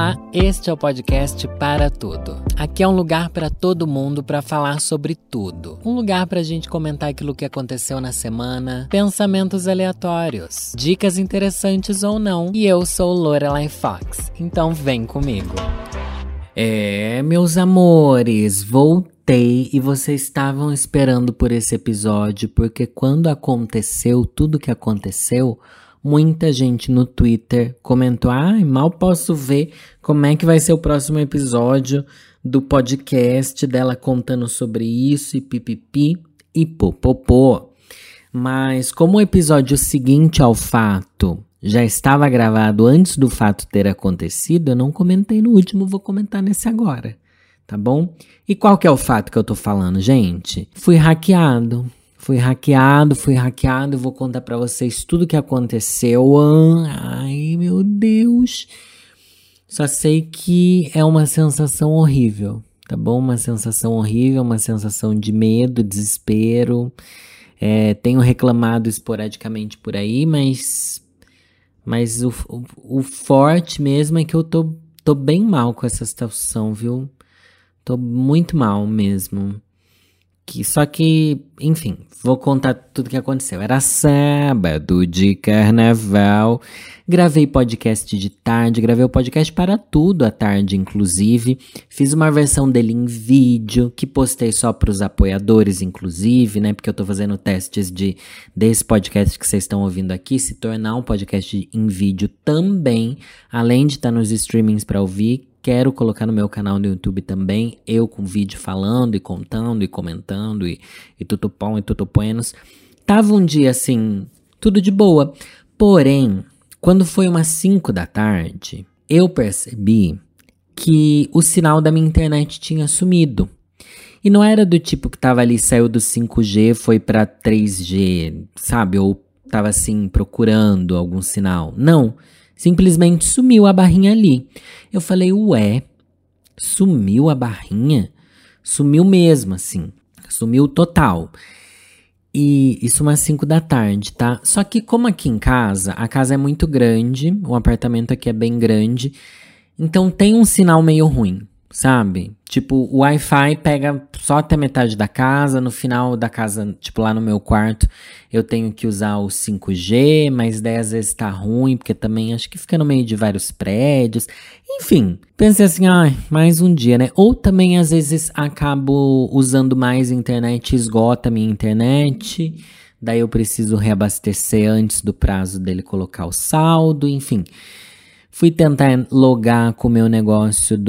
Olá, este é o podcast Para Tudo. Aqui é um lugar para todo mundo para falar sobre tudo. Um lugar para a gente comentar aquilo que aconteceu na semana, pensamentos aleatórios, dicas interessantes ou não. E eu sou Lorelai Fox, então vem comigo. Meus amores, voltei e vocês estavam esperando por esse episódio porque quando aconteceu tudo que aconteceu, muita gente no Twitter comentou: mal posso ver como é que vai ser o próximo episódio do podcast dela contando sobre isso e pipipi e popopô. Mas como o episódio seguinte ao fato já estava gravado antes do fato ter acontecido, eu não comentei no último, vou comentar nesse agora, tá bom? E qual que é o fato que eu tô falando, gente? Fui hackeado, vou contar pra vocês tudo que aconteceu. Ai, meu Deus. Só sei que é uma sensação horrível, tá bom? Uma sensação horrível, uma sensação de medo, desespero. Tenho reclamado esporadicamente por aí, mas o forte mesmo é que eu tô bem mal com essa situação, viu? Tô muito mal mesmo. Só que, enfim, vou contar tudo que aconteceu. Era sábado de carnaval, gravei podcast de tarde, gravei o podcast Para Tudo à tarde, inclusive. Fiz uma versão dele em vídeo, que postei só para os apoiadores, inclusive, né? Porque eu tô fazendo testes desse podcast que vocês estão ouvindo aqui, se tornar um podcast em vídeo também, além de estar nos streamings para ouvir. Quero colocar no meu canal no YouTube também, eu com vídeo falando e contando e comentando e tutupom e tutupoenos. Tava um dia assim, tudo de boa. Porém, quando foi umas 5 da tarde, eu percebi que o sinal da minha internet tinha sumido. E não era do tipo que tava ali, saiu do 5G, foi pra 3G, sabe? Ou tava assim, procurando algum sinal. Não. Simplesmente sumiu a barrinha ali. Eu falei, sumiu a barrinha? Sumiu mesmo, assim. Sumiu total. E isso umas 5 da tarde, tá? Só que como aqui em casa, a casa é muito grande, o apartamento aqui é bem grande, então tem um sinal meio ruim, sabe? Tipo, o Wi-Fi pega só até metade da casa, no final da casa, tipo lá no meu quarto, eu tenho que usar o 5G, mas daí às vezes tá ruim, porque também acho que fica no meio de vários prédios. Enfim, pensei assim, mais um dia, né? Ou também às vezes acabo usando mais internet, esgota a minha internet, daí eu preciso reabastecer antes do prazo dele colocar o saldo, enfim. Fui tentar logar com o meu negócio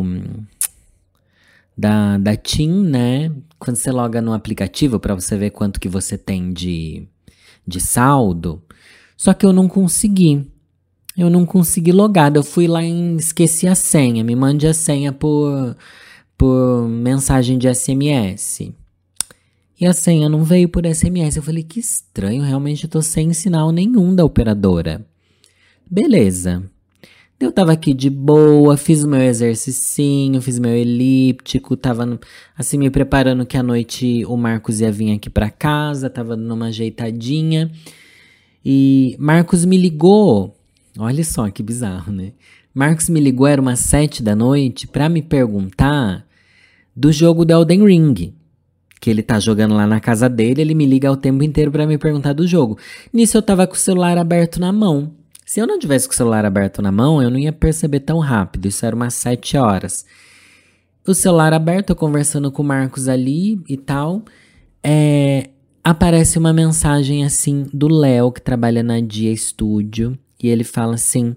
da TIM, né? Quando você loga no aplicativo para você ver quanto que você tem de saldo. Só que eu não consegui. Eu não consegui logar. Eu fui lá e esqueci a senha. Me mande a senha por mensagem de SMS. E a senha não veio por SMS. Eu falei, que estranho. Realmente eu tô sem sinal nenhum da operadora. Beleza. Eu tava aqui de boa, fiz o meu exercicinho, fiz meu elíptico, tava assim me preparando que à noite o Marcos ia vir aqui pra casa, tava dando uma ajeitadinha. E Marcos me ligou, olha só que bizarro, né? Marcos me ligou, era umas 7 da noite, pra me perguntar do jogo do Elden Ring. Que ele tá jogando lá na casa dele, ele me liga o tempo inteiro pra me perguntar do jogo. Nisso eu tava com o celular aberto na mão. Se eu não tivesse com o celular aberto na mão, eu não ia perceber tão rápido. Isso era umas 7 horas. O celular aberto, eu conversando com o Marcos ali e tal. Aparece uma mensagem assim do Léo, que trabalha na Dia Studio. E ele fala assim,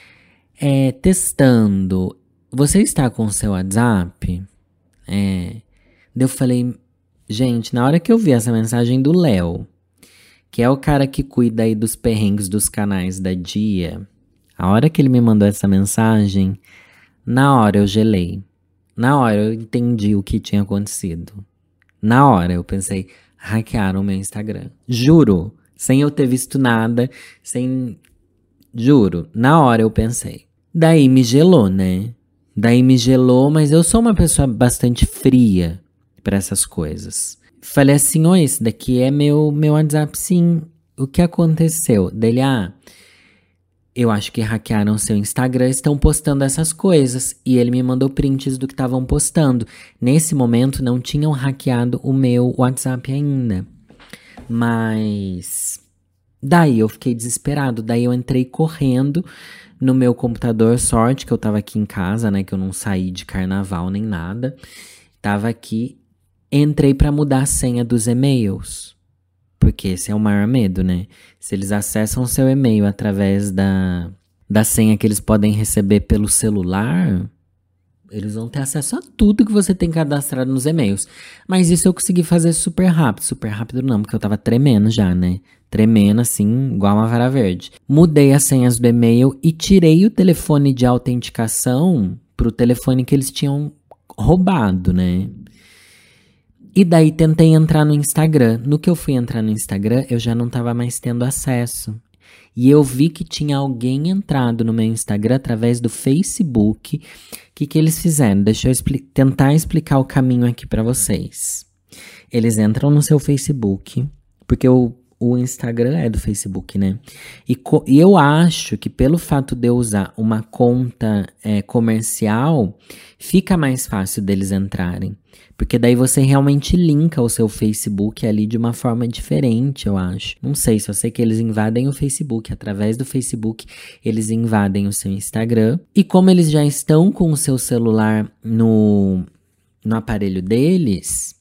testando. Você está com o seu WhatsApp? Daí eu falei, gente, na hora que eu vi essa mensagem do Léo, que é o cara que cuida aí dos perrengues dos canais da Dia, a hora que ele me mandou essa mensagem, na hora eu gelei. Na hora eu entendi o que tinha acontecido. Na hora eu pensei, hackearam meu Instagram. Juro, sem eu ter visto nada, Juro, na hora eu pensei. Daí me gelou, né? Mas eu sou uma pessoa bastante fria para essas coisas. Falei assim, esse daqui é meu WhatsApp, sim. O que aconteceu? Dele, Eu acho que hackearam seu Instagram, estão postando essas coisas. E ele me mandou prints do que estavam postando. Nesse momento não tinham hackeado o meu WhatsApp ainda. Mas daí eu fiquei desesperado. Daí eu entrei correndo no meu computador. Sorte que eu tava aqui em casa, né? Que eu não saí de carnaval nem nada. Tava aqui. Entrei pra mudar a senha dos e-mails. Porque esse é o maior medo, né? Se eles acessam seu e-mail através da senha que eles podem receber pelo celular, eles vão ter acesso a tudo que você tem cadastrado nos e-mails. Mas isso eu consegui fazer super rápido. Super rápido não, porque eu tava tremendo já, né? Tremendo assim, igual uma vara verde. Mudei as senhas do e-mail e tirei o telefone de autenticação pro telefone que eles tinham roubado, né? E daí tentei entrar no Instagram. No que eu fui entrar no Instagram, eu já não tava mais tendo acesso. E eu vi que tinha alguém entrado no meu Instagram através do Facebook. O que eles fizeram? Deixa eu tentar explicar o caminho aqui pra vocês. Eles entram no seu Facebook, porque o Instagram é do Facebook, né? E eu acho que pelo fato de eu usar uma conta comercial, fica mais fácil deles entrarem. Porque daí você realmente linka o seu Facebook ali de uma forma diferente, eu acho. Não sei, só sei que eles invadem o Facebook. Através do Facebook, eles invadem o seu Instagram. E como eles já estão com o seu celular no aparelho deles,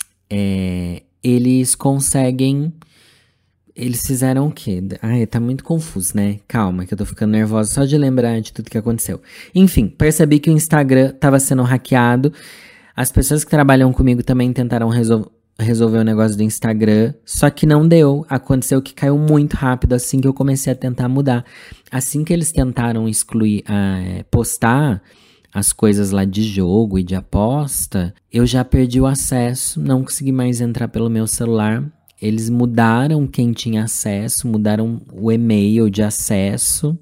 eles conseguem... Eles fizeram o quê? Ai, tá muito confuso, né? Calma, que eu tô ficando nervosa só de lembrar de tudo que aconteceu. Enfim, percebi que o Instagram tava sendo hackeado. As pessoas que trabalham comigo também tentaram resolver o negócio do Instagram, só que não deu. Aconteceu que caiu muito rápido assim que eu comecei a tentar mudar. Assim que eles tentaram excluir, postar as coisas lá de jogo e de aposta, eu já perdi o acesso, não consegui mais entrar pelo meu celular. Eles mudaram quem tinha acesso, mudaram o e-mail de acesso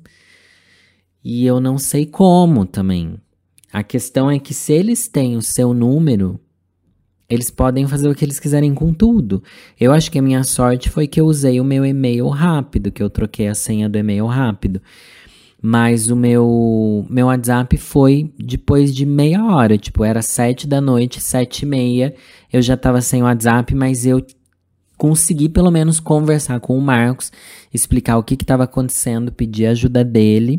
e eu não sei como também. A questão é que se eles têm o seu número, eles podem fazer o que eles quiserem com tudo. Eu acho que a minha sorte foi que eu usei o meu e-mail rápido, que eu troquei a senha do e-mail rápido. Mas o meu WhatsApp foi depois de meia hora, tipo, era 7 da noite, 7h30, eu já tava sem WhatsApp, mas eu consegui pelo menos conversar com o Marcos, explicar o que estava acontecendo, pedir ajuda dele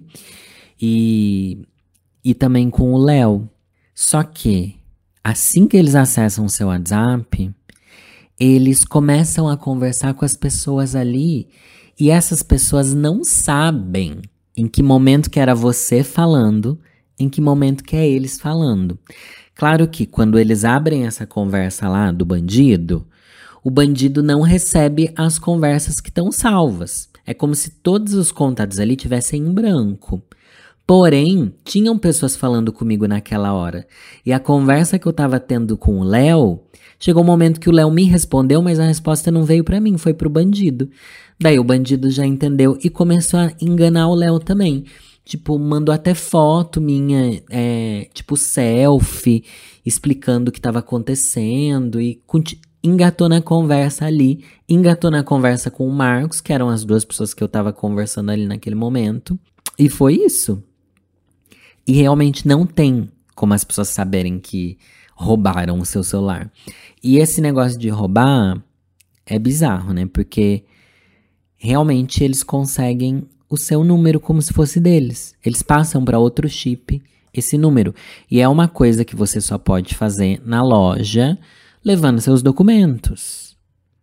e também com o Léo. Só que, assim que eles acessam o seu WhatsApp, eles começam a conversar com as pessoas ali e essas pessoas não sabem em que momento que era você falando, em que momento que é eles falando. Claro que quando eles abrem essa conversa lá do bandido, o bandido não recebe as conversas que estão salvas. É como se todos os contatos ali tivessem em branco. Porém, tinham pessoas falando comigo naquela hora. E a conversa que eu tava tendo com o Léo, chegou um momento que o Léo me respondeu, mas a resposta não veio pra mim, foi pro bandido. Daí o bandido já entendeu e começou a enganar o Léo também. Tipo, mandou até foto minha, tipo selfie, explicando o que tava acontecendo e engatou na conversa ali, engatou na conversa com o Marcos, que eram as duas pessoas que eu tava conversando ali naquele momento. E foi isso. E realmente não tem como as pessoas saberem que roubaram o seu celular. E esse negócio de roubar é bizarro, né? Porque realmente eles conseguem o seu número como se fosse deles. Eles passam para outro chip esse número. E é uma coisa que você só pode fazer na loja levando seus documentos.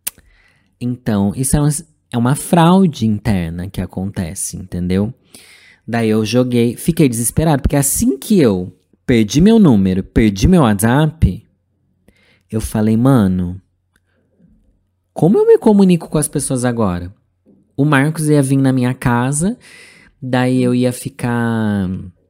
Então, isso é uma fraude interna que acontece, entendeu? Daí eu fiquei desesperado, porque assim que eu perdi meu número, perdi meu WhatsApp, eu falei, mano, como eu me comunico com as pessoas agora? O Marcos ia vir na minha casa, daí eu ia ficar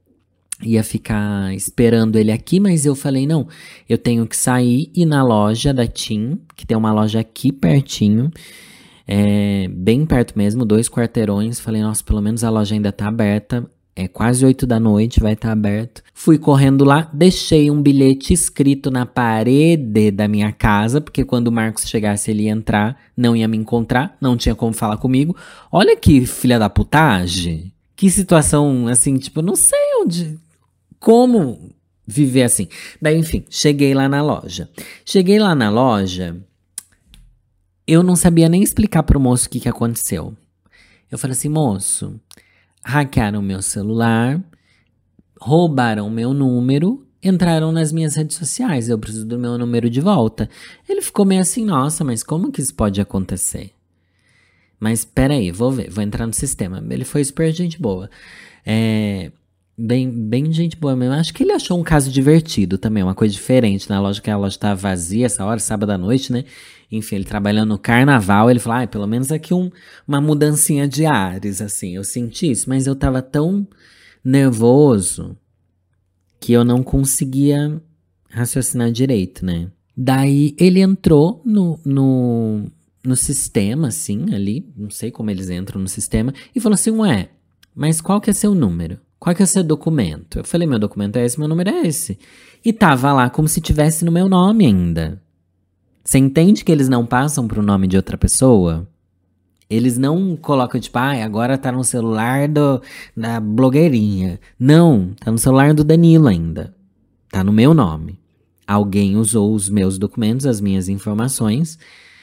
esperando ele aqui, mas eu falei, não, eu tenho que sair e ir na loja da TIM, que tem uma loja aqui pertinho, bem perto mesmo, 2 quarteirões. Falei, nossa, pelo menos a loja ainda tá aberta, é quase 8 da noite, vai estar aberto. Fui correndo lá, deixei um bilhete escrito na parede da minha casa, porque quando o Marcos chegasse ele ia entrar, não ia me encontrar, não tinha como falar comigo. Olha que filha da putagem Que situação, assim, tipo, não sei onde, como viver assim. Daí, enfim, cheguei lá na loja. Cheguei lá na loja, eu não sabia nem explicar pro moço o que aconteceu. Eu falei assim, moço, hackearam meu celular, roubaram meu número, entraram nas minhas redes sociais, eu preciso do meu número de volta. Ele ficou meio assim, nossa, mas como que isso pode acontecer? Mas peraí, vou ver, vou entrar no sistema. Ele foi super gente boa. É, bem gente boa mesmo. Acho que ele achou um caso divertido também, uma coisa diferente. Na loja que a loja tava vazia essa hora, sábado à noite, né? Enfim, ele trabalhando no carnaval, ele falou, pelo menos aqui uma mudancinha de ares, assim. Eu senti isso, mas eu tava tão nervoso que eu não conseguia raciocinar direito, né? Daí ele entrou no sistema, assim, ali, não sei como eles entram no sistema, e falou assim, ué, mas qual que é seu número? Qual que é seu documento? Eu falei, meu documento é esse, meu número é esse. E tava lá como se tivesse no meu nome ainda. Você entende que eles não passam pro nome de outra pessoa? Eles não colocam, tipo, agora tá no celular da blogueirinha. Não, tá no celular do Danilo ainda. Tá no meu nome. Alguém usou os meus documentos, as minhas informações,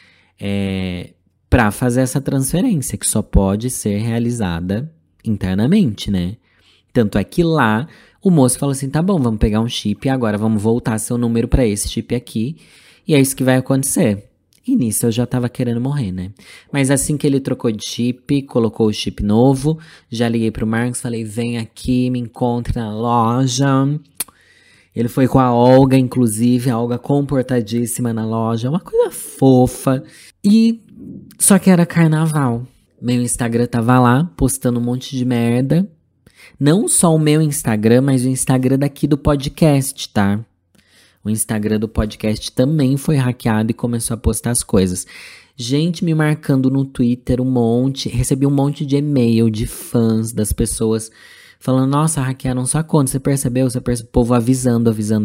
para fazer essa transferência, que só pode ser realizada internamente, né? Tanto é que lá o moço falou assim: tá bom, vamos pegar um chip e agora vamos voltar seu número para esse chip aqui. E é isso que vai acontecer. E nisso eu já tava querendo morrer, né? Mas assim que ele trocou de chip, colocou o chip novo, já liguei pro Marcos, falei: vem aqui, me encontre na loja. Ele foi com a Olga, inclusive, a Olga comportadíssima na loja, uma coisa fofa. E só que era carnaval. Meu Instagram tava lá, postando um monte de merda. Não só o meu Instagram, mas o Instagram daqui do podcast, tá? O Instagram do podcast também foi hackeado e começou a postar as coisas. Gente me marcando no Twitter um monte. Recebi um monte de e-mail de fãs das pessoas falando, nossa, hackearam sua conta, você percebeu? O povo avisando.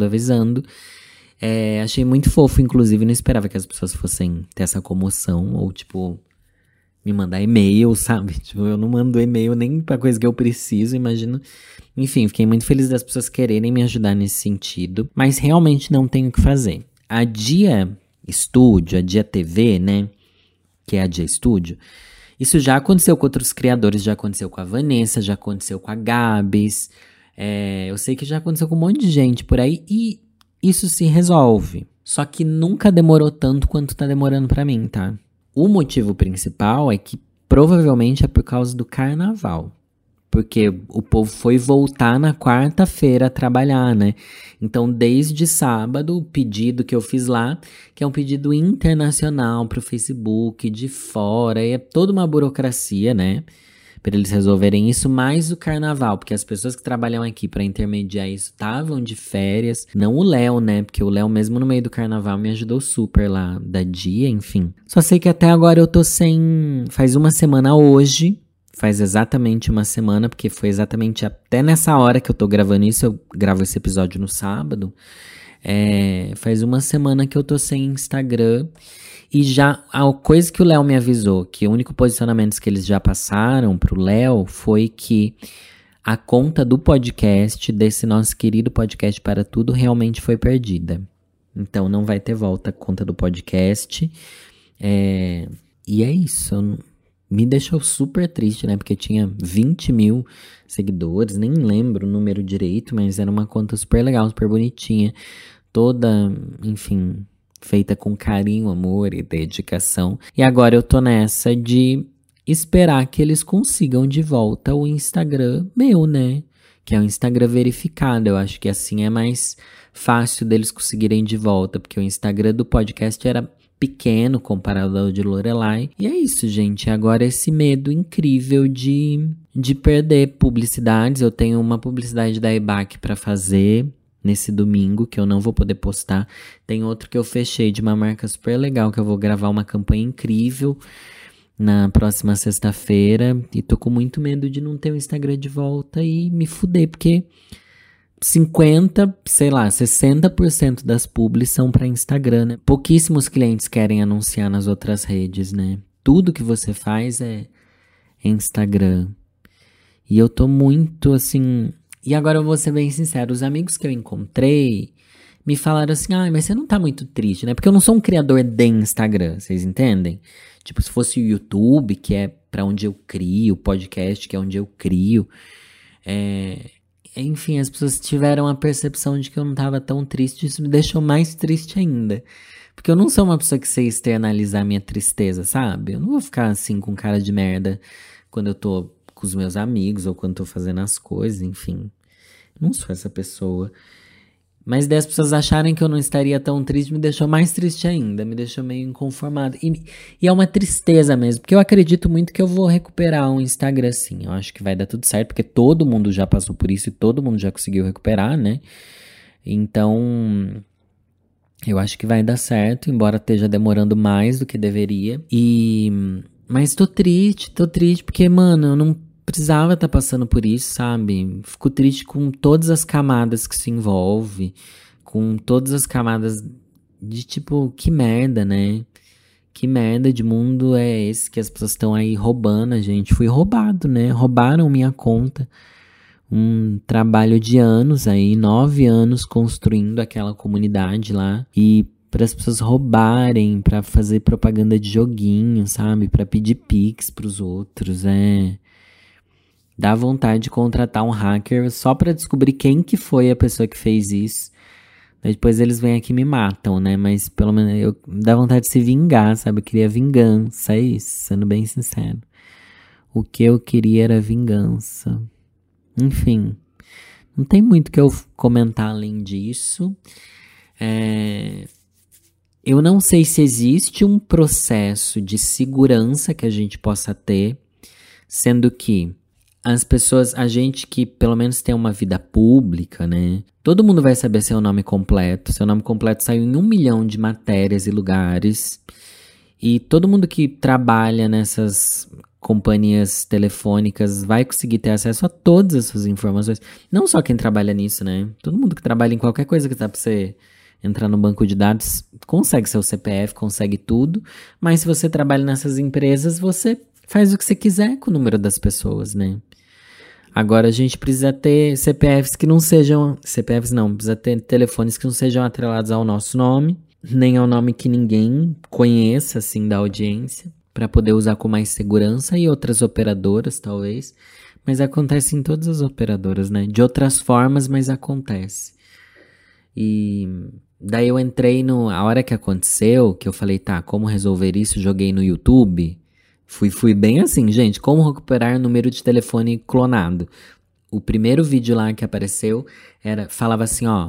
Achei muito fofo, inclusive, não esperava que as pessoas fossem ter essa comoção, ou tipo, me mandar e-mail, sabe? Tipo, eu não mando e-mail nem pra coisa que eu preciso, imagino. Enfim, fiquei muito feliz das pessoas quererem me ajudar nesse sentido, mas realmente não tenho o que fazer. A Dia Studio, a Dia TV, né? Que é a Dia Studio. Isso já aconteceu com outros criadores, já aconteceu com a Vanessa, já aconteceu com a Gabs. Eu sei que já aconteceu com um monte de gente por aí e isso se resolve. Só que nunca demorou tanto quanto tá demorando pra mim, tá? O motivo principal é que provavelmente é por causa do carnaval. Porque o povo foi voltar na quarta-feira a trabalhar, né? Então, desde sábado, o pedido que eu fiz lá, que é um pedido internacional pro Facebook, de fora, e é toda uma burocracia, né? Para eles resolverem isso, mais o carnaval, porque as pessoas que trabalham aqui para intermediar isso estavam de férias. Não o Léo, né? Porque o Léo, mesmo no meio do carnaval, me ajudou super lá da Dia, enfim. Só sei que até agora eu tô sem. Faz uma semana hoje. Faz exatamente uma semana, porque foi exatamente até nessa hora que eu tô gravando isso. Eu gravo esse episódio no sábado. Faz uma semana que eu tô sem Instagram. E já a coisa que o Léo me avisou, que o único posicionamento que eles já passaram pro Léo foi que a conta do podcast, desse nosso querido podcast Para Tudo, realmente foi perdida. Então não vai ter volta a conta do podcast. E é isso. Me deixou super triste, né? Porque tinha 20 mil seguidores, nem lembro o número direito, mas era uma conta super legal, super bonitinha. Toda, enfim, feita com carinho, amor e dedicação. E agora eu tô nessa de esperar que eles consigam de volta o Instagram meu, né? Que é o Instagram verificado. Eu acho que assim é mais fácil deles conseguirem de volta, porque o Instagram do podcast era pequeno comparado ao de Lorelai. E é isso, gente. Agora esse medo incrível de perder publicidades. Eu tenho uma publicidade da EBAC para fazer nesse domingo, que eu não vou poder postar. Tem outro que eu fechei de uma marca super legal, que eu vou gravar uma campanha incrível na próxima sexta-feira. E tô com muito medo de não ter o Instagram de volta e me fuder, porque 60% das publis são para Instagram, né? Pouquíssimos clientes querem anunciar nas outras redes, né? Tudo que você faz é Instagram. E eu tô muito assim. E agora eu vou ser bem sincero: os amigos que eu encontrei me falaram assim: ah, mas você não tá muito triste, né? Porque eu não sou um criador de Instagram, vocês entendem? Tipo, se fosse o YouTube, que é pra onde eu crio, o podcast, que é onde eu crio. É, enfim, as pessoas tiveram a percepção de que eu não tava tão triste. Isso me deixou mais triste ainda. Porque eu não sou uma pessoa que sei externalizar minha tristeza, sabe? Eu não vou ficar assim com cara de merda quando eu tô com os meus amigos ou quando tô fazendo as coisas, enfim. Não sou essa pessoa. Mas daí as pessoas acharem que eu não estaria tão triste me deixou mais triste ainda, me deixou meio inconformado. E é uma tristeza mesmo, porque eu acredito muito que eu vou recuperar um Instagram sim. Eu acho que vai dar tudo certo, porque todo mundo já passou por isso e todo mundo já conseguiu recuperar, né? Então, eu acho que vai dar certo, embora esteja demorando mais do que deveria. Mas tô triste porque, mano, eu não precisava estar passando por isso, sabe? Fico triste com todas as camadas que se envolve, com todas as camadas de tipo, que merda, né? Que merda de mundo é esse que as pessoas estão aí roubando a gente? Fui roubado, né? Roubaram minha conta. Um trabalho de anos aí, 9 anos construindo aquela comunidade lá e para as pessoas roubarem, para fazer propaganda de joguinho, sabe? Para pedir pix pros outros, dá vontade de contratar um hacker só para descobrir quem que foi a pessoa que fez isso. Daí depois eles vêm aqui e me matam, né? Mas pelo menos eu dá vontade de se vingar, sabe? Eu queria vingança, é isso, sendo bem sincero. O que eu queria era vingança. Enfim, não tem muito que eu comentar além disso. Eu não sei se existe um processo de segurança que a gente possa ter, sendo que as pessoas, a gente que pelo menos tem uma vida pública, né? Todo mundo vai saber seu nome completo. Seu nome completo saiu em 1 milhão de matérias e lugares. E todo mundo que trabalha nessas companhias telefônicas vai conseguir ter acesso a todas as suas informações. Não só quem trabalha nisso, né? Todo mundo que trabalha em qualquer coisa que dá pra você entrar no banco de dados consegue seu CPF, consegue tudo. Mas se você trabalha nessas empresas, você faz o que você quiser com o número das pessoas, né? Agora a gente precisa ter CPFs que não sejam. CPFs não, precisa ter telefones que não sejam atrelados ao nosso nome, nem ao nome que ninguém conheça, assim, da audiência, para poder usar com mais segurança, e outras operadoras, talvez. Mas acontece em todas as operadoras, né? De outras formas, mas acontece. E daí eu entrei no. A hora que aconteceu, que eu falei, tá, como resolver isso? Joguei no YouTube. Fui bem assim, gente. Como recuperar número de telefone clonado? O primeiro vídeo lá que apareceu falava assim, ó.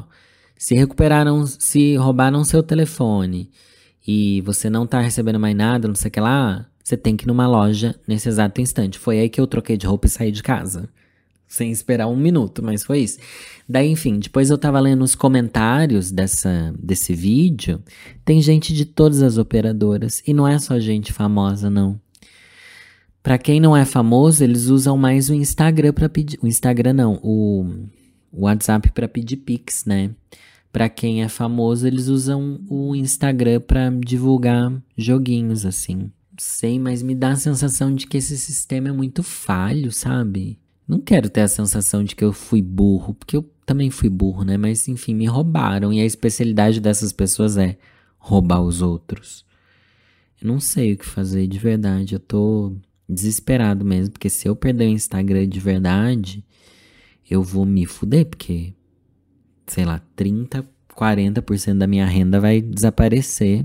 Se roubaram seu telefone e você não tá recebendo mais nada, não sei o que lá, você tem que ir numa loja nesse exato instante. Foi aí que eu troquei de roupa e saí de casa. Sem esperar 1 minuto, mas foi isso. Daí, enfim, depois eu tava lendo os comentários desse vídeo. Tem gente de todas as operadoras. E não é só gente famosa, não. Pra quem não é famoso, eles usam mais o Instagram pra pedir. O Instagram não, o WhatsApp pra pedir Pix, né? Pra quem é famoso, eles usam o Instagram pra divulgar joguinhos, assim. Sei, mas me dá a sensação de que esse sistema é muito falho, sabe? Não quero ter a sensação de que eu fui burro, porque eu também fui burro, né? Mas enfim, me roubaram. E a especialidade dessas pessoas é roubar os outros. Eu não sei o que fazer de verdade. Eu tô desesperado mesmo, porque se eu perder o Instagram de verdade, eu vou me fuder, porque, sei lá, 30, 40% da minha renda vai desaparecer.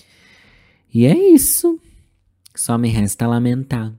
E é isso. Só me resta lamentar.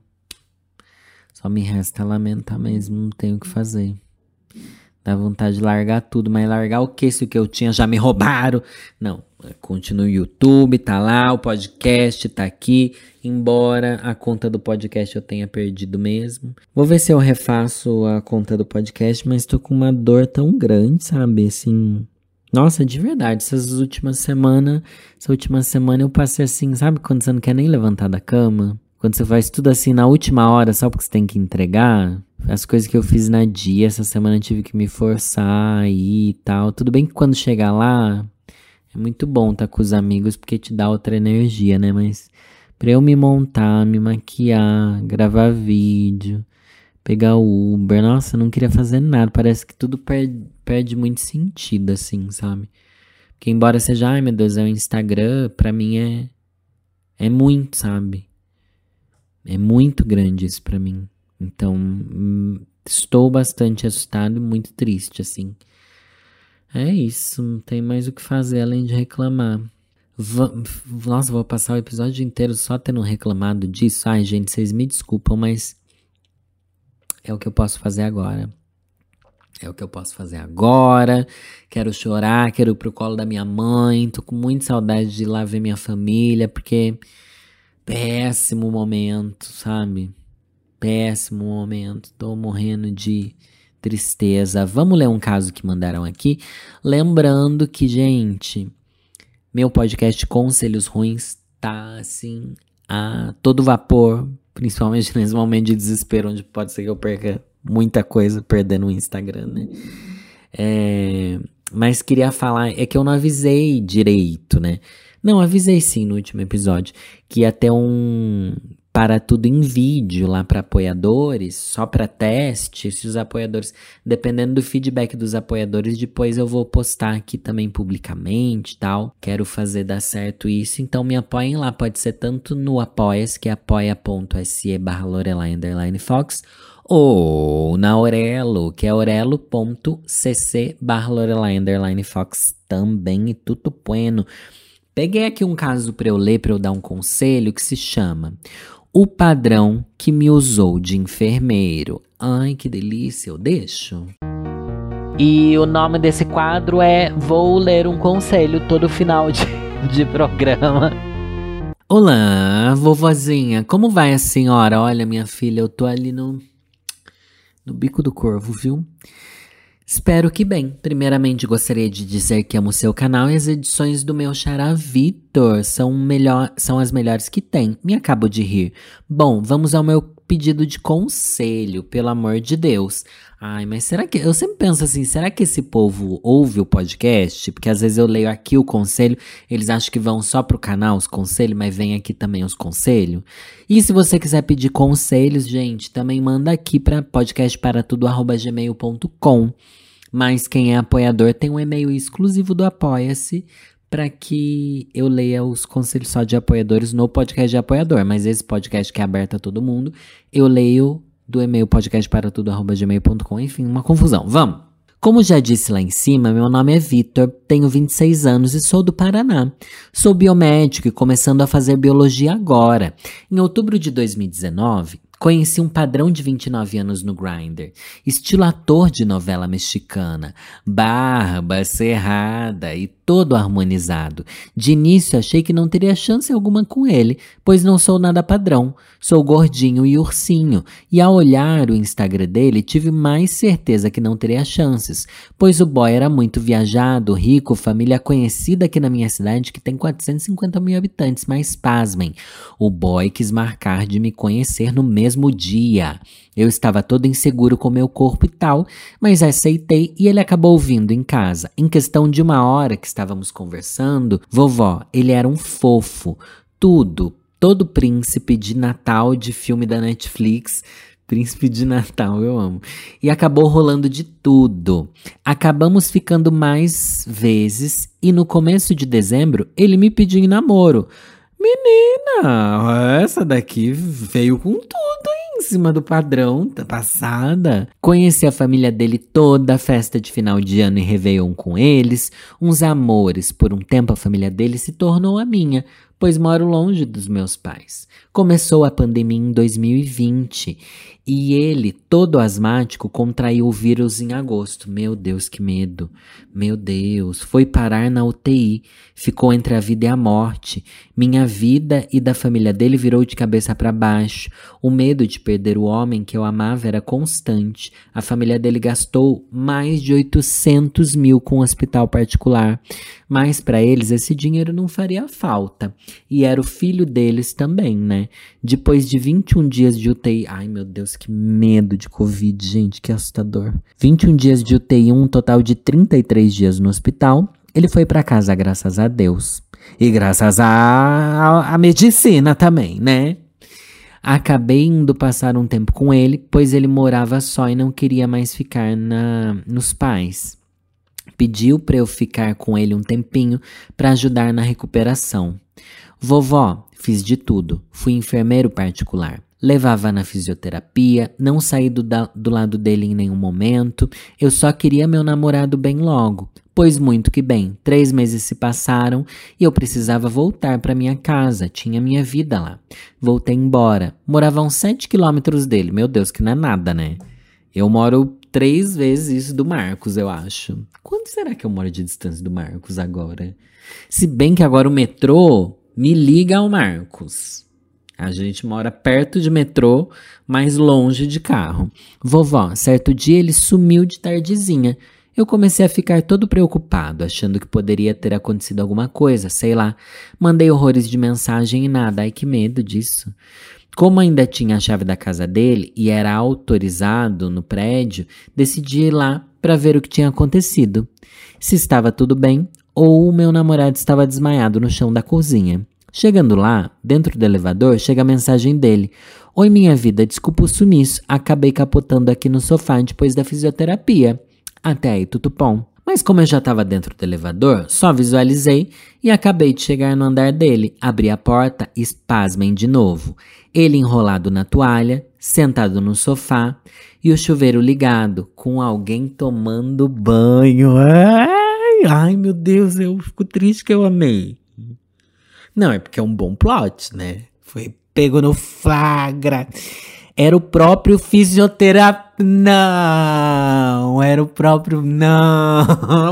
Só me resta lamentar mesmo, não tenho o que fazer. Dá vontade de largar tudo, mas largar o que? Se o que eu tinha já me roubaram? Não, continua o YouTube, tá lá, o podcast tá aqui. Embora a conta do podcast eu tenha perdido mesmo. Vou ver se eu refaço a conta do podcast, mas tô com uma dor tão grande, sabe? Assim, nossa, de verdade, essa última semana eu passei assim, sabe quando você não quer nem levantar da cama? Quando você faz tudo assim na última hora, só porque você tem que entregar. As coisas que eu fiz na dia, essa semana eu tive que me forçar aí e tal. Tudo bem que quando chegar lá, é muito bom estar com os amigos, porque te dá outra energia, né? Mas pra eu me montar, me maquiar, gravar vídeo, pegar o Uber. Nossa, eu não queria fazer nada. Parece que tudo perde muito sentido, assim, sabe? Porque embora seja, ai meu Deus, é o Instagram, pra mim é muito, sabe? É muito grande isso pra mim. Então, estou bastante assustado e muito triste, assim. É isso, não tem mais o que fazer além de reclamar. Nossa, vou passar o episódio inteiro só tendo reclamado disso. Ai, gente, vocês me desculpam, mas é o que eu posso fazer agora. É o que eu posso fazer agora. Quero chorar, quero ir pro colo da minha mãe. Tô com muita saudade de ir lá ver minha família, porque péssimo momento, sabe? Péssimo momento. Tô morrendo de tristeza. Vamos ler um caso que mandaram aqui. Lembrando que, gente, meu podcast Conselhos Ruins tá assim a todo vapor, principalmente nesse momento de desespero, onde pode ser que eu perca muita coisa perdendo o Instagram, né? Mas queria falar, é que eu não avisei direito, né? Não, avisei sim no último episódio, que ia ter um para tudo em vídeo lá para apoiadores, só para teste. Se os apoiadores, dependendo do feedback dos apoiadores, depois eu vou postar aqui também publicamente e tal. Quero fazer dar certo isso, então me apoiem lá, pode ser tanto no Apoia-se, que é apoia.se/Lorelai_Fox, ou na Aurelo, que é aurelo.cc/Lorelai_Fox também, e tudo bueno. Peguei aqui um caso pra eu ler, pra eu dar um conselho, que se chama O Padrão que Me Usou de Enfermeiro. Ai, que delícia, eu deixo. E o nome desse quadro é Vou Ler um Conselho todo final de programa. Olá, vovozinha, como vai a senhora? Olha, minha filha, eu tô ali no bico do corvo, viu? Espero que bem. Primeiramente, gostaria de dizer que amo seu canal e as edições do meu xará Vitor são as melhores que tem. Me acabo de rir. Bom, vamos ao meu pedido de conselho, pelo amor de Deus. Ai, mas será que... Eu sempre penso assim, será que esse povo ouve o podcast? Porque às vezes eu leio aqui o conselho, eles acham que vão só pro canal os conselhos, mas vem aqui também os conselhos. E se você quiser pedir conselhos, gente, também manda aqui para podcastparatudo@gmail.com. Mas quem é apoiador tem um e-mail exclusivo do Apoia-se para que eu leia os conselhos só de apoiadores no podcast de apoiador. Mas esse podcast que é aberto a todo mundo, eu leio do e-mail podcastparatudo@gmail.com. Enfim, uma confusão. Vamos! Como já disse lá em cima, meu nome é Vitor, tenho 26 anos e sou do Paraná. Sou biomédico e começando a fazer biologia agora. Em outubro de 2019... conheci um padrão de 29 anos no Grindr, estilo ator de novela mexicana, barba cerrada e todo harmonizado. De início achei que não teria chance alguma com ele, pois não sou nada padrão, sou gordinho e ursinho, e ao olhar o Instagram dele tive mais certeza que não teria chances, pois o boy era muito viajado, rico, família conhecida aqui na minha cidade que tem 450 mil habitantes, mas pasmem, o boy quis marcar de me conhecer no mesmo dia. Eu estava todo inseguro com meu corpo e tal, mas aceitei e ele acabou vindo em casa. Em questão de uma hora que estávamos conversando, vovó, ele era um fofo. Todo príncipe de Natal de filme da Netflix. Príncipe de Natal, eu amo. E acabou rolando de tudo. Acabamos ficando mais vezes e no começo de dezembro ele me pediu em namoro. Menina, essa daqui veio com tudo, hein? Em cima do padrão, tá passada. Conheci a família dele toda, festa de final de ano e Réveillon com eles. Uns amores, por um tempo a família dele se tornou a minha, pois moro longe dos meus pais. Começou a pandemia em 2020 e ele, todo asmático, contraiu o vírus em agosto. Meu Deus, que medo. Meu Deus. Foi parar na UTI. Ficou entre a vida e a morte. Minha vida e da família dele virou de cabeça para baixo. O medo de perder o homem que eu amava era constante. A família dele gastou mais de 800 mil com um hospital particular. Mas para eles esse dinheiro não faria falta. E era o filho deles também, né? Depois de 21 dias de UTI... Ai, meu Deus, que medo de Covid, gente, que assustador. 21 dias de UTI, um total de 33 dias no hospital. Ele foi para casa, graças a Deus. E graças à medicina também, né? Acabei indo passar um tempo com ele, pois ele morava só e não queria mais ficar nos pais. Pediu para eu ficar com ele um tempinho para ajudar na recuperação. Vovó, fiz de tudo. Fui enfermeiro particular. Levava na fisioterapia, não saí do lado dele em nenhum momento. Eu só queria meu namorado bem logo. Pois muito que bem, 3 meses se passaram e eu precisava voltar para minha casa, tinha minha vida lá. Voltei embora, morava a uns 7 quilômetros dele, meu Deus, que não é nada, né? Eu moro 3 vezes isso do Marcos, eu acho. Quanto será que eu moro de distância do Marcos agora? Se bem que agora o metrô me liga ao Marcos. A gente mora perto de metrô, mas longe de carro. Vovó, certo dia ele sumiu de tardezinha. Eu comecei a ficar todo preocupado, achando que poderia ter acontecido alguma coisa, sei lá. Mandei horrores de mensagem e nada, ai que medo disso. Como ainda tinha a chave da casa dele e era autorizado no prédio, decidi ir lá para ver o que tinha acontecido. Se estava tudo bem ou o meu namorado estava desmaiado no chão da cozinha. Chegando lá, dentro do elevador, chega a mensagem dele. Oi, minha vida, desculpa o sumiço. Acabei capotando aqui no sofá depois da fisioterapia. Até aí, tudo bom. Mas como eu já estava dentro do elevador, só visualizei e acabei de chegar no andar dele. Abri a porta e pasmem de novo. Ele enrolado na toalha, sentado no sofá e o chuveiro ligado, com alguém tomando banho. Ai, meu Deus, eu fico triste que eu amei. Não, é porque é um bom plot, né? Foi pego no flagra. Era o próprio fisioterapeuta. Não, era o próprio. Não.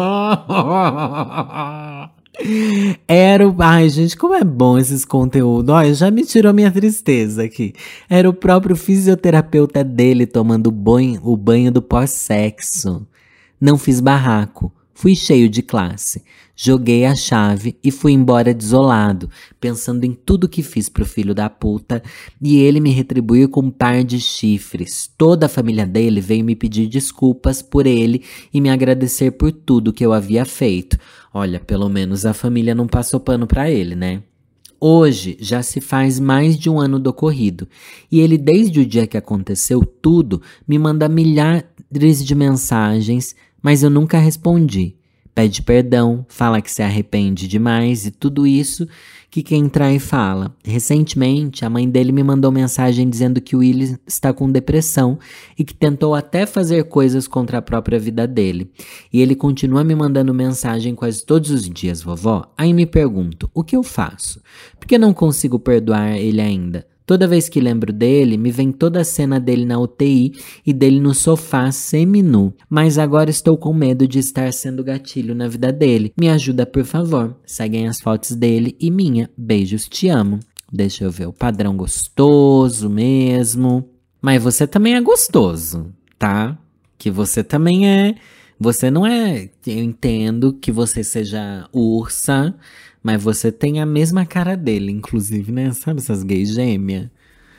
Era o. Ai, gente, como é bom esses conteúdos. Olha, já me tirou minha tristeza aqui. Era o próprio fisioterapeuta dele tomando o banho do pós-sexo. Não fiz barraco. Fui cheio de classe. Joguei a chave e fui embora desolado, pensando em tudo que fiz pro filho da puta, e ele me retribuiu com um par de chifres. Toda a família dele veio me pedir desculpas por ele e me agradecer por tudo que eu havia feito. Olha, pelo menos a família não passou pano pra ele, né? Hoje já se faz mais de um ano do ocorrido, e ele desde o dia que aconteceu tudo me manda milhares de mensagens, mas eu nunca respondi. Pede perdão, fala que se arrepende demais e tudo isso que quem trai fala. Recentemente, a mãe dele me mandou mensagem dizendo que o Willis está com depressão e que tentou até fazer coisas contra a própria vida dele. E ele continua me mandando mensagem quase todos os dias, vovó. Aí me pergunto, o que eu faço? Por que não consigo perdoar ele ainda? Toda vez que lembro dele, me vem toda a cena dele na UTI e dele no sofá semi-nu. Mas agora estou com medo de estar sendo gatilho na vida dele. Me ajuda, por favor. Seguem as fotos dele e minha. Beijos, te amo. Deixa eu ver, o padrão gostoso mesmo. Mas você também é gostoso, tá? Que você também é... Você não é... Eu entendo que você seja ursa... Mas você tem a mesma cara dele, inclusive, né? Sabe essas gays gêmeas?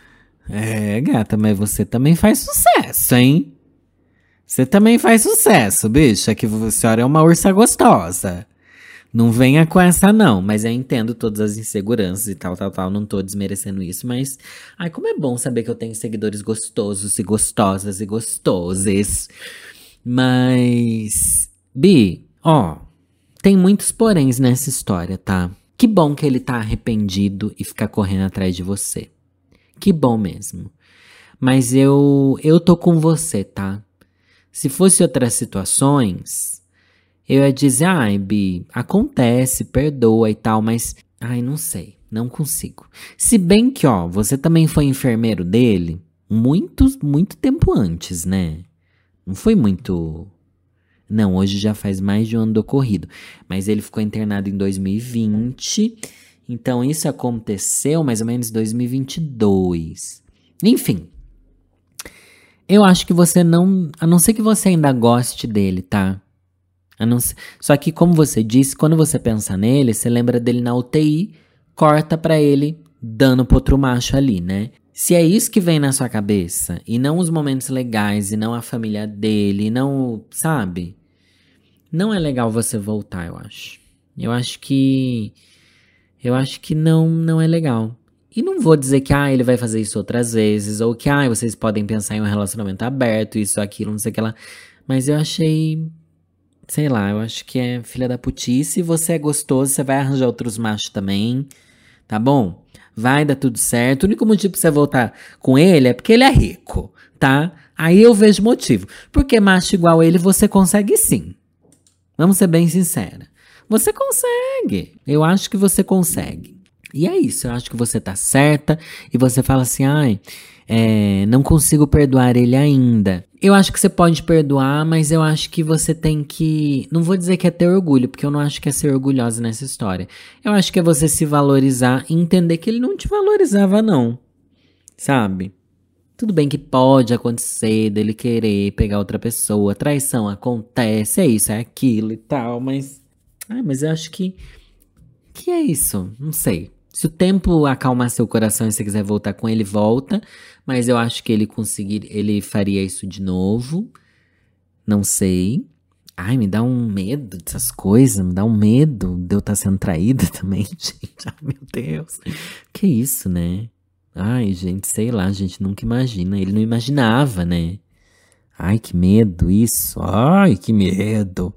É, gata, mas você também faz sucesso, hein? Você também faz sucesso, bicha, que a senhora é uma ursa gostosa. Não venha com essa, não. Mas eu entendo todas as inseguranças e tal. Não tô desmerecendo isso, mas... Ai, como é bom saber que eu tenho seguidores gostosos e gostosas e gostoses. Mas... Bi, ó... Tem muitos poréns nessa história, tá? Que bom que ele tá arrependido e fica correndo atrás de você. Que bom mesmo. Mas eu tô com você, tá? Se fosse outras situações, eu ia dizer, ai, Bi, acontece, perdoa e tal, mas... Ai, não sei, não consigo. Se bem que, ó, você também foi enfermeiro dele muito tempo antes, né? Não foi muito... Não, hoje já faz mais de um ano do ocorrido. Mas ele ficou internado em 2020. Então isso aconteceu mais ou menos em 2022. Enfim. Eu acho que você não... A não ser que você ainda goste dele, tá? Só que como você disse, quando você pensa nele, você lembra dele na UTI, corta pra ele dando pro outro macho ali, né? Se é isso que vem na sua cabeça, e não os momentos legais, e não a família dele, e não, sabe? Não é legal você voltar, eu acho. Eu acho que não é legal. E não vou dizer que, ele vai fazer isso outras vezes, ou que, vocês podem pensar em um relacionamento aberto, isso, aquilo, não sei o que lá. Mas eu achei, sei lá, eu acho que é filha da putice. Você é gostoso, você vai arranjar outros machos também, tá bom? Vai dar tudo certo. O único motivo pra você voltar com ele é porque ele é rico, tá? Aí eu vejo motivo. Porque macho igual ele você consegue sim. Vamos ser bem sincera. Você consegue. Eu acho que você consegue. E é isso, eu acho que você tá certa. E você fala assim, não consigo perdoar ele ainda. Eu acho que você pode perdoar, mas eu acho que você tem que... Não vou dizer que é ter orgulho, porque eu não acho que é ser orgulhosa nessa história. Eu acho que é você se valorizar e entender que ele não te valorizava não. Sabe? Tudo bem que pode acontecer dele querer pegar outra pessoa. Traição acontece, é isso, é aquilo e tal, mas... mas eu acho que é isso, não sei. Se o tempo acalmar seu coração e você quiser voltar com ele, volta. Mas eu acho que ele faria isso de novo. Não sei. Me dá um medo dessas coisas, me dá um medo de eu estar sendo traída também, gente. Ai, meu Deus. Que isso, né? Gente, sei lá, a gente nunca imagina. Ele não imaginava, né? Que medo isso. Que medo.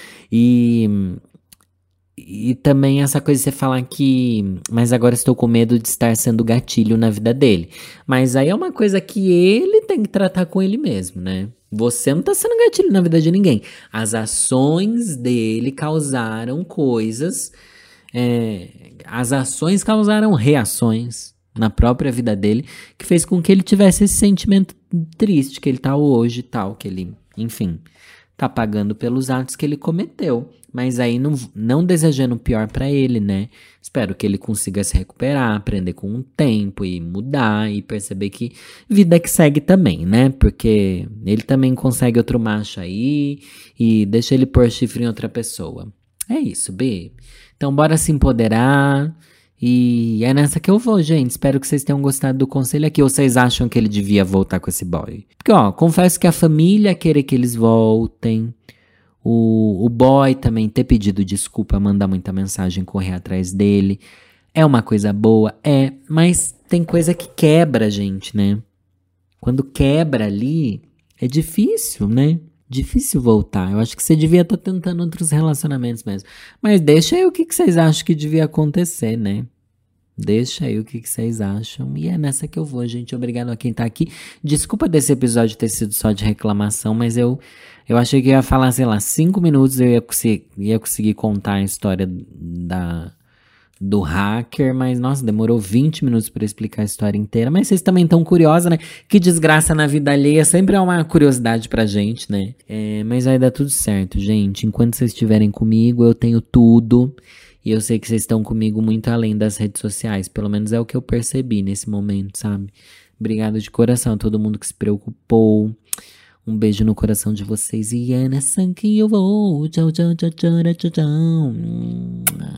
E também essa coisa de você falar que... Mas agora estou com medo de estar sendo gatilho na vida dele. Mas aí é uma coisa que ele tem que tratar com ele mesmo, né? Você não tá sendo gatilho na vida de ninguém. As ações dele causaram coisas... as ações causaram reações na própria vida dele, que fez com que ele tivesse esse sentimento triste que ele tá hoje e tal, que ele, enfim, tá pagando pelos atos que ele cometeu. Mas aí não desejando o pior pra ele, né? Espero que ele consiga se recuperar, aprender com o tempo e mudar e perceber que vida que segue também, né? Porque ele também consegue outro macho aí e deixa ele pôr chifre em outra pessoa. É isso, B. Então bora se empoderar. E é nessa que eu vou, gente. Espero que vocês tenham gostado do conselho aqui. Ou vocês acham que ele devia voltar com esse boy? Porque, confesso que a família querer que eles voltem. O boy também ter pedido desculpa, mandar muita mensagem, correr atrás dele. É uma coisa boa? Mas tem coisa que quebra a gente, né? Quando quebra ali, é difícil, né? Difícil voltar. Eu acho que você devia estar tentando outros relacionamentos mesmo. Mas deixa aí o que vocês acham que devia acontecer, né? Deixa aí o que vocês acham. E é nessa que eu vou, gente. Obrigado a quem tá aqui. Desculpa desse episódio ter sido só de reclamação, mas eu achei que eu ia falar, sei lá, 5 minutos eu ia conseguir contar a história do hacker, mas nossa, demorou 20 minutos pra explicar a história inteira. Mas vocês também estão curiosos, né? Que desgraça na vida alheia sempre é uma curiosidade pra gente, né? Mas vai dar tudo certo, gente. Enquanto vocês estiverem comigo, eu tenho tudo. E eu sei que vocês estão comigo muito além das redes sociais. Pelo menos é o que eu percebi nesse momento, sabe? Obrigado de coração a todo mundo que se preocupou. Um beijo no coração de vocês. E é nessa que eu vou. Tchau, tchau, tchau, tchau, tchau, tchau.